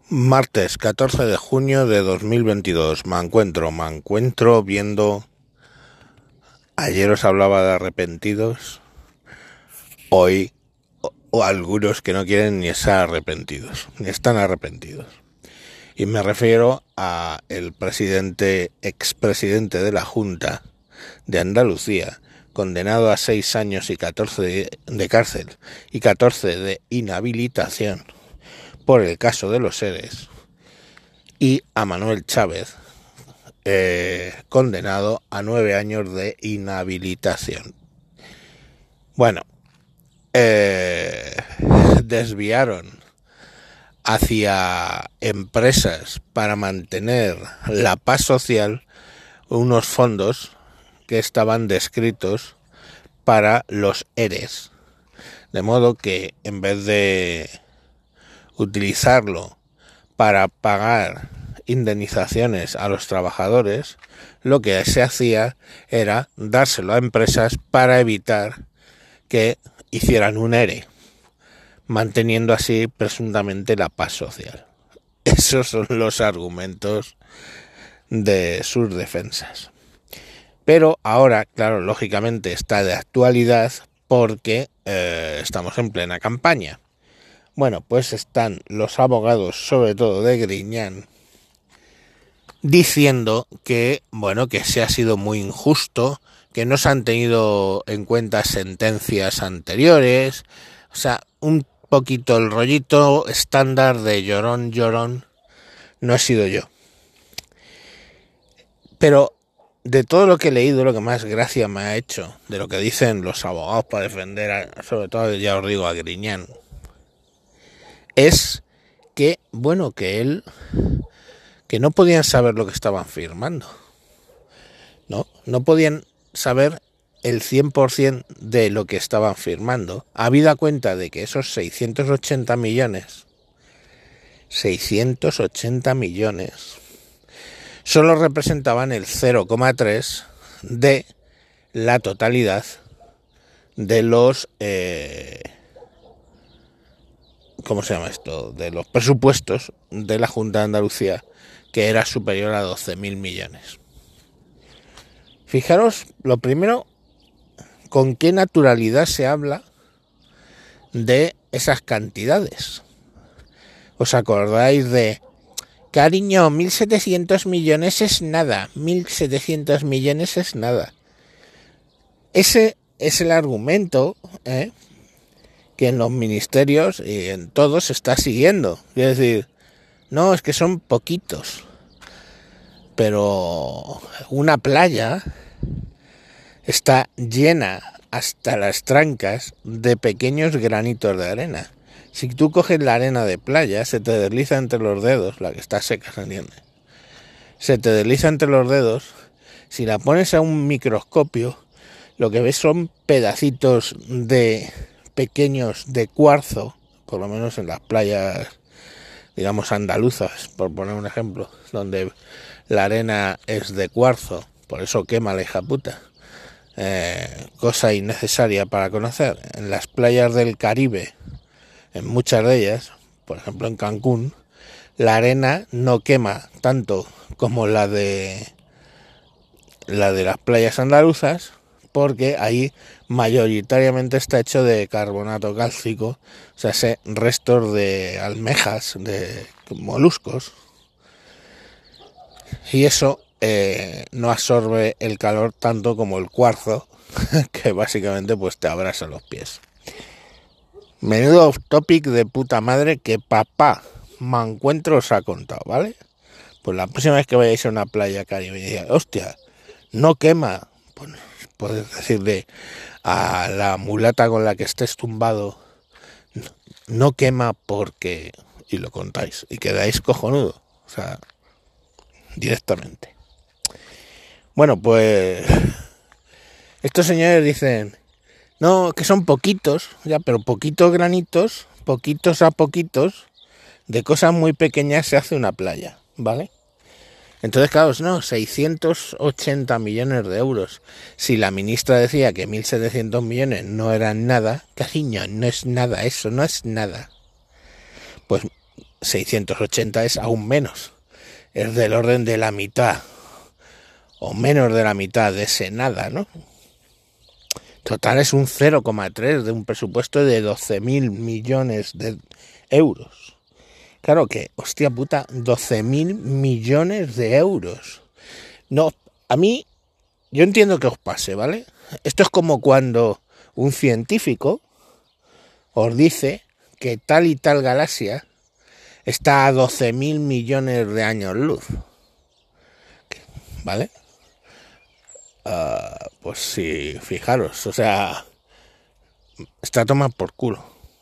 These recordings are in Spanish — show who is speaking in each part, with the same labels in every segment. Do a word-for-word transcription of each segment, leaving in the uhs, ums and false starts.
Speaker 1: Martes catorce de junio de dos mil veintidós. Me encuentro, me encuentro viendo... Ayer os hablaba de arrepentidos. Hoy, o, o algunos que no quieren ni estar arrepentidos, ni están arrepentidos. Y me refiero a el presidente, expresidente de la Junta de Andalucía, condenado a seis años y catorce de, de cárcel y catorce de inhabilitación por el caso de los ERES, y a Manuel Chávez, eh, condenado a nueve años de inhabilitación. Bueno, eh, desviaron hacia empresas para mantener la paz social unos fondos que estaban descritos para los ERES, de modo que en vez de utilizarlo para pagar indemnizaciones a los trabajadores, lo que se hacía era dárselo a empresas para evitar que hicieran un ERE, manteniendo así presuntamente la paz social. Esos son los argumentos de sus defensas. Pero ahora, claro, lógicamente está de actualidad porque eh, estamos en plena campaña. Bueno, pues están los abogados, sobre todo de Griñán, diciendo que, bueno, que se ha sido muy injusto, que no se han tenido en cuenta sentencias anteriores, o sea, un poquito el rollito estándar de llorón, llorón, no he sido yo. Pero de todo lo que he leído, lo que más gracia me ha hecho, de lo que dicen los abogados para defender, a, sobre todo, ya os digo, a Griñán, es que, bueno, que él, que no podían saber lo que estaban firmando, ¿no? No podían saber el cien por ciento de lo que estaban firmando, habida cuenta de que esos seiscientos ochenta millones, seiscientos ochenta millones, solo representaban el cero coma tres de la totalidad de los... Eh, ¿Cómo se llama esto? De los presupuestos de la Junta de Andalucía, que era superior a doce mil millones. Fijaros, lo primero, con qué naturalidad se habla de esas cantidades. ¿Os acordáis de, cariño, mil setecientos millones es nada, mil setecientos millones es nada? Ese es el argumento, ¿eh?, que en los ministerios y en todos se está siguiendo. Es decir, no, es que son poquitos. Pero una playa está llena hasta las trancas de pequeños granitos de arena. Si tú coges la arena de playa, se te desliza entre los dedos, la que está seca, ¿se entiende? Se te desliza entre los dedos. Si la pones a un microscopio, lo que ves son pedacitos de... pequeños de cuarzo, por lo menos en las playas, digamos, andaluzas, por poner un ejemplo, donde la arena es de cuarzo, por eso quema la hija puta, eh, cosa innecesaria para conocer. En las playas del Caribe, en muchas de ellas, por ejemplo en Cancún, la arena no quema tanto como la de la de las playas andaluzas, porque ahí mayoritariamente está hecho de carbonato cálcico, o sea, ese restos de almejas, de moluscos, y eso eh, no absorbe el calor tanto como el cuarzo, que básicamente pues te abrasa los pies. Menudo off topic de puta madre que papá me encuentro os ha contado, ¿vale? Pues la próxima vez que vayáis a una playa caribeña, hostia, no quema, pues puedes decirle a la mulata con la que estés tumbado, no, no quema porque... y lo contáis, y quedáis cojonudo, o sea, directamente. Bueno, pues estos señores dicen, no, que son poquitos, ya, pero poquitos granitos, poquitos a poquitos, de cosas muy pequeñas se hace una playa, ¿vale? Entonces, claro, no, seiscientos ochenta millones de euros. Si la ministra decía que mil setecientos millones no eran nada, cariño, no es nada eso, no es nada. Pues seiscientos ochenta es aún menos, es del orden de la mitad o menos de la mitad de ese nada, ¿no? Total es un cero coma tres de un presupuesto de doce mil millones de euros. Claro que, hostia puta, doce mil millones de euros. No, a mí, yo entiendo que os pase, ¿vale? Esto es como cuando un científico os dice que tal y tal galaxia está a doce mil millones de años luz, ¿vale? Uh, pues sí, fijaros, o sea, está tomado por culo.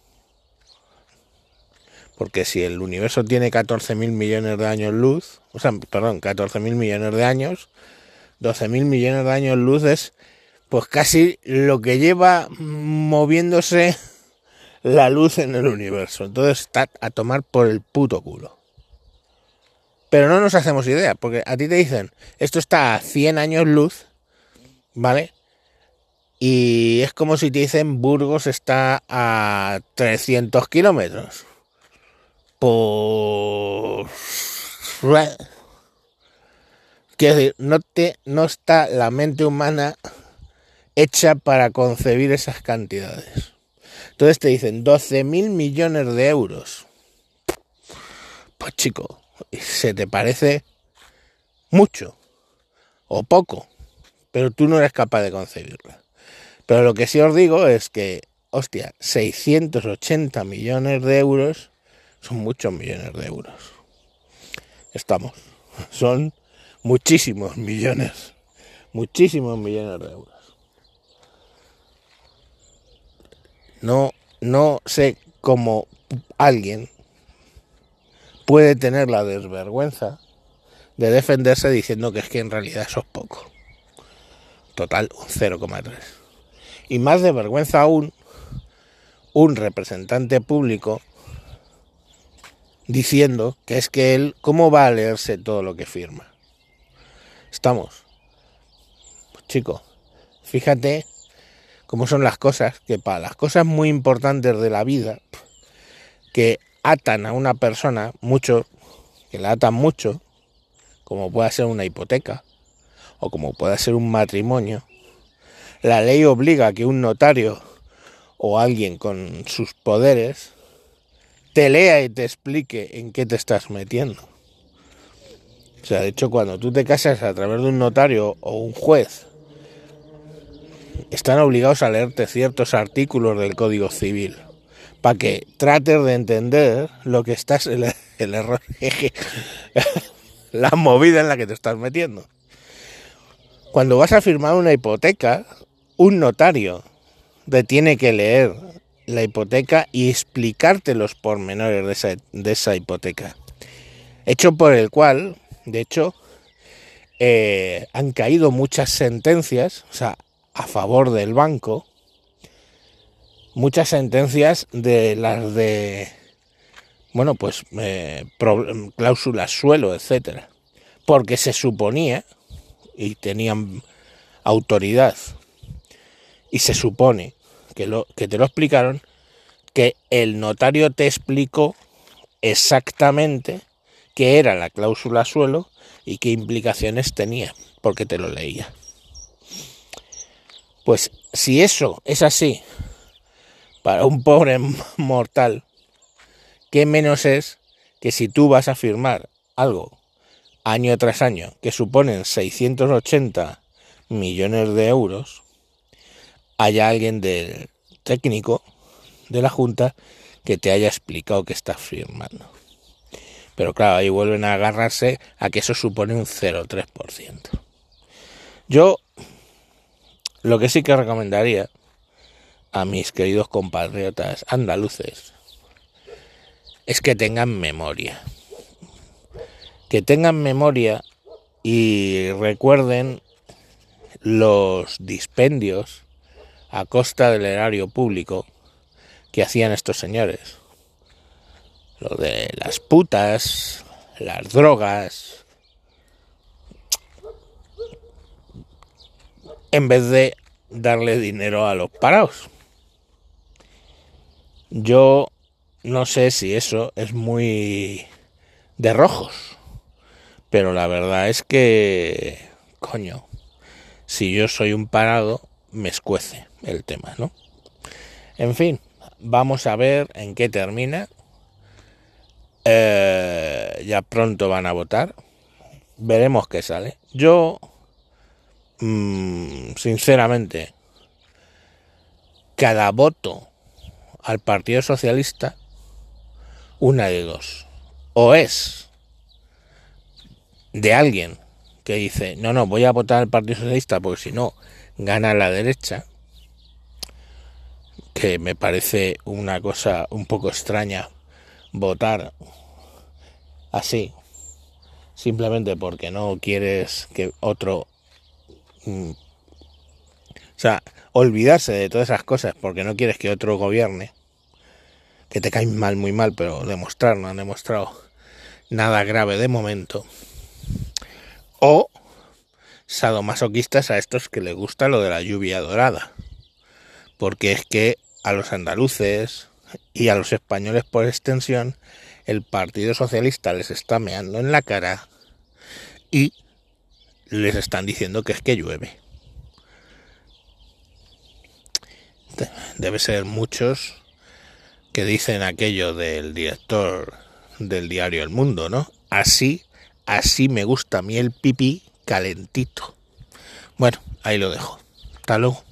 Speaker 1: Porque si el universo tiene catorce mil millones de años luz, o sea, perdón, catorce mil millones de años, doce mil millones de años luz es pues casi lo que lleva moviéndose la luz en el universo. Entonces está a tomar por el puto culo. Pero no nos hacemos idea, porque a ti te dicen, esto está a cien años luz, ¿vale? Y es como si te dicen Burgos está a trescientos kilómetros. Pues... quiero decir, no, te, no está la mente humana hecha para concebir esas cantidades. Entonces te dicen doce mil millones de euros. Pues chico, se te parece mucho o poco, pero tú no eres capaz de concebirla. Pero lo que sí os digo es que, hostia, seiscientos ochenta millones de euros son muchos millones de euros. Estamos, son muchísimos millones, muchísimos millones de euros. No, no sé cómo alguien puede tener la desvergüenza de defenderse diciendo que es que en realidad eso es poco. Total, un cero coma tres. Y más de vergüenza aún, un representante público diciendo que es que él, ¿cómo va a leerse todo lo que firma? Estamos. Pues chico, fíjate cómo son las cosas, que para las cosas muy importantes de la vida, que atan a una persona mucho, que la atan mucho, como pueda ser una hipoteca, o como pueda ser un matrimonio, la ley obliga a que un notario o alguien con sus poderes te lea y te explique en qué te estás metiendo. O sea, de hecho, cuando tú te casas a través de un notario o un juez, están obligados a leerte ciertos artículos del Código Civil para que trates de entender lo que estás, el, el error, la movida en la que te estás metiendo. Cuando vas a firmar una hipoteca, un notario te tiene que leer la hipoteca y explicarte los pormenores de esa, de esa hipoteca. Hecho por el cual, de hecho, eh, han caído muchas sentencias, o sea, a favor del banco, muchas sentencias de las de, bueno, pues eh, pro, cláusulas suelo, etcétera, porque se suponía, y tenían autoridad, y se supone que, lo, que te lo explicaron, que el notario te explicó exactamente qué era la cláusula suelo y qué implicaciones tenía, porque te lo leía. Pues si eso es así para un pobre mortal, ¿qué menos es que si tú vas a firmar algo año tras año que suponen seiscientos ochenta millones de euros, haya alguien del técnico de la Junta que te haya explicado que estás firmando? Pero claro, ahí vuelven a agarrarse a que eso supone un cero coma tres por ciento. Yo lo que sí que recomendaría a mis queridos compatriotas andaluces es que tengan memoria. Que tengan memoria y recuerden los dispendios a costa del erario público que hacían estos señores. Lo de las putas, las drogas, en vez de darle dinero a los parados. Yo no sé si eso es muy de rojos, pero la verdad es que, coño, si yo soy un parado, me escuece el tema, ¿no? En fin, vamos a ver en qué termina. Eh, ya pronto van a votar. Veremos qué sale. Yo, mmm, sinceramente, cada voto al Partido Socialista, una de dos. O es de alguien que dice, no, no, voy a votar al Partido Socialista porque si no, gana la derecha, que me parece una cosa un poco extraña votar así, simplemente porque no quieres que otro... Mm, o sea, olvidarse de todas esas cosas porque no quieres que otro gobierne, que te caen mal, muy mal, pero demostrar, no han demostrado nada grave de momento. O sadomasoquistas a estos que les gusta lo de la lluvia dorada, porque es que a los andaluces y a los españoles por extensión el Partido Socialista les está meando en la cara y les están diciendo que es que llueve. Debe ser muchos que dicen aquello del director del diario El Mundo, ¿no? Así, así me gusta a mí el pipí calentito. Bueno, ahí lo dejo. Hasta luego.